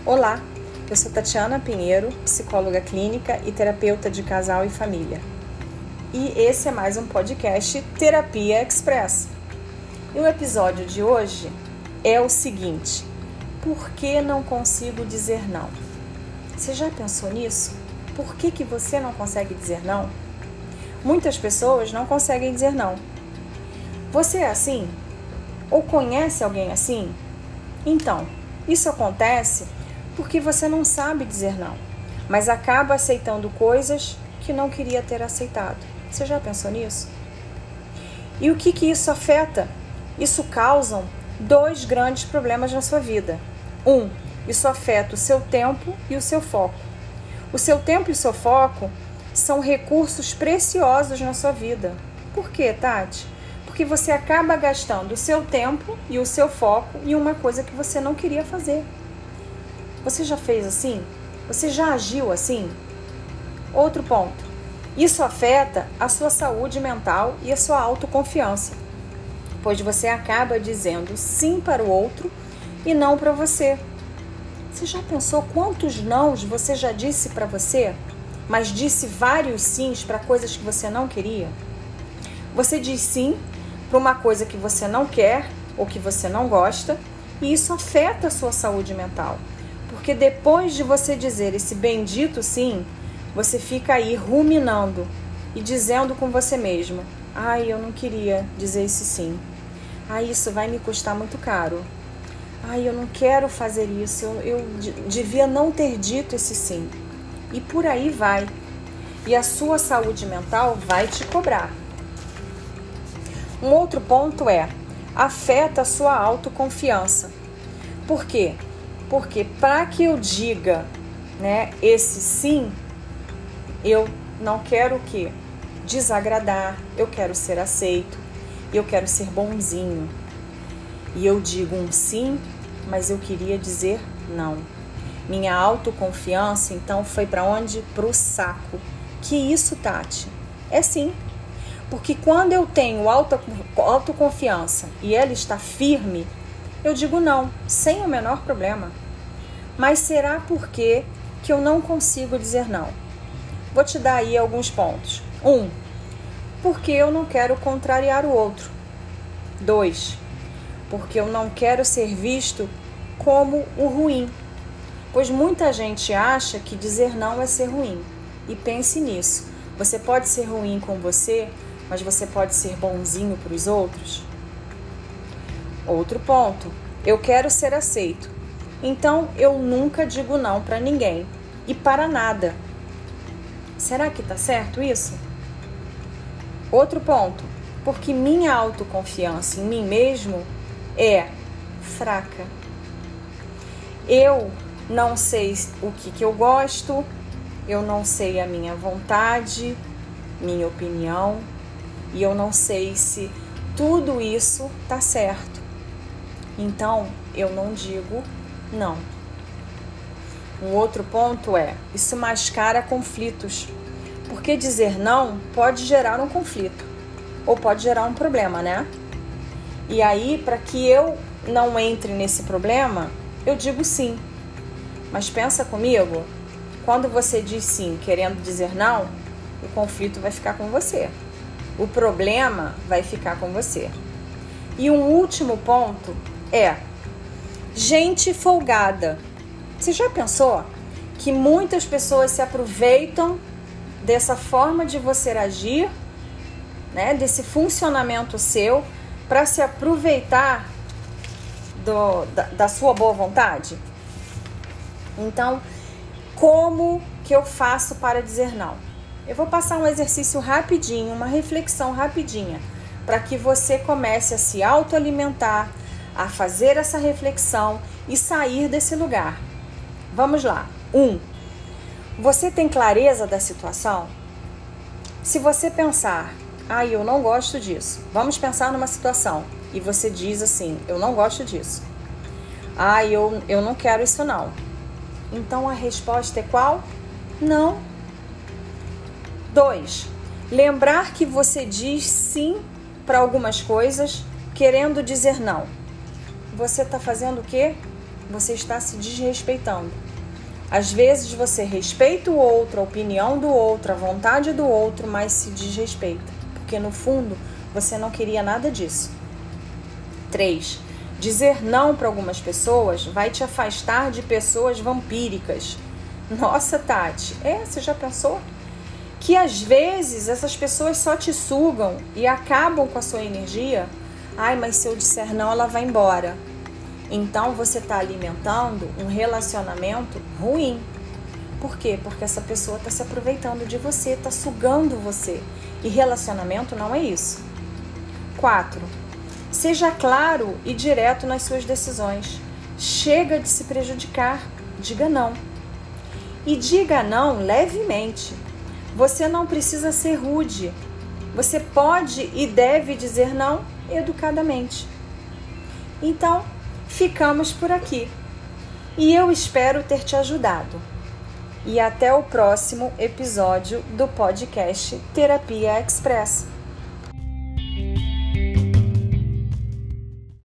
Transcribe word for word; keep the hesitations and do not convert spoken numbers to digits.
Olá, eu sou Tatiana Pinheiro, psicóloga clínica e terapeuta de casal e família. E esse é mais um podcast Terapia Express. E o episódio de hoje é o seguinte: por que não consigo dizer não? Você já pensou nisso? Por que que você não consegue dizer não? Muitas pessoas não conseguem dizer não. Você é assim? Ou conhece alguém assim? Então, isso acontece porque você não sabe dizer não, mas acaba aceitando coisas que não queria ter aceitado. Você já pensou nisso? E o que que isso afeta? Isso causa dois grandes problemas na sua vida. Um, isso afeta o seu tempo e o seu foco. O seu tempo e o seu foco são recursos preciosos na sua vida. Por quê, Tati? Porque você acaba gastando o seu tempo e o seu foco em uma coisa que você não queria fazer. Você já fez assim? Você já agiu assim? Outro ponto. Isso afeta a sua saúde mental e a sua autoconfiança, pois você acaba dizendo sim para o outro e não para você. Você já pensou quantos nãos você já disse para você, mas disse vários sims para coisas que você não queria? Você diz sim para uma coisa que você não quer ou que você não gosta, e isso afeta a sua saúde mental. Porque depois de você dizer esse bendito sim, você fica aí ruminando e dizendo com você mesmo: ai, eu não queria dizer esse sim. Ai, isso vai me custar muito caro. Ai, eu não quero fazer isso. Eu, eu d- devia não ter dito esse sim. E por aí vai. E a sua saúde mental vai te cobrar. Um outro ponto é, afeta a sua autoconfiança. Por quê? Porque para que eu diga, né, esse sim, eu não quero o quê? Desagradar, eu quero ser aceito, eu quero ser bonzinho. E eu digo um sim, mas eu queria dizer não. Minha autoconfiança, então, foi para onde? Pro saco. Que isso, Tati? É sim. Porque quando eu tenho auto, autoconfiança e ela está firme, eu digo não, sem o menor problema. Mas será por quê que eu não consigo dizer não? Vou te dar aí alguns pontos. Um, porque eu não quero contrariar o outro. Dois, porque eu não quero ser visto como o ruim. Pois muita gente acha que dizer não é ser ruim. E pense nisso. Você pode ser ruim com você, mas você pode ser bonzinho para os outros? Outro ponto, eu quero ser aceito. Então, eu nunca digo não para ninguém e para nada. Será que tá certo isso? Outro ponto, porque minha autoconfiança em mim mesmo é fraca. Eu não sei o que, que eu gosto, eu não sei a minha vontade, minha opinião, e eu não sei se tudo isso tá certo. Então, eu não digo não. Um outro ponto é, isso mascara conflitos, porque dizer não pode gerar um conflito, ou pode gerar um problema, né? E aí, para que eu não entre nesse problema, eu digo sim. Mas pensa comigo, quando você diz sim querendo dizer não, o conflito vai ficar com você. O problema vai ficar com você. E um último ponto é gente folgada. Você já pensou que muitas pessoas se aproveitam dessa forma de você agir, né, desse funcionamento seu, para se aproveitar do, da, da sua boa vontade? Então, como que eu faço para dizer não? Eu vou passar um exercício rapidinho, uma reflexão rapidinha, para que você comece a se autoalimentar, a fazer essa reflexão e sair desse lugar. Vamos lá. Um, você tem clareza da situação? Se você pensar, ah, eu não gosto disso. Vamos pensar numa situação e você diz assim, eu não gosto disso. Ah, eu, eu não quero isso não. Então a resposta é qual? Não. Dois, lembrar que você diz sim para algumas coisas querendo dizer não. Você está fazendo o quê? você está se desrespeitando. Às vezes você respeita o outro, a opinião do outro, a vontade do outro, mas se desrespeita, porque no fundo você não queria nada disso. três. Dizer não para algumas pessoas vai te afastar de pessoas vampíricas. Nossa, Tati, é, você já pensou? Que às vezes essas pessoas só te sugam e acabam com a sua energia. Ai, mas se eu disser não, ela vai embora. Então você está alimentando um relacionamento ruim. Por quê? Porque essa pessoa está se aproveitando de você, está sugando você. E relacionamento não é isso. quatro. Seja claro e direto nas suas decisões. Chega de se prejudicar. Diga não. E diga não levemente. Você não precisa ser rude. Você pode e deve dizer não educadamente. Então, ficamos por aqui. E eu espero ter te ajudado. E até o próximo episódio do podcast Terapia Express.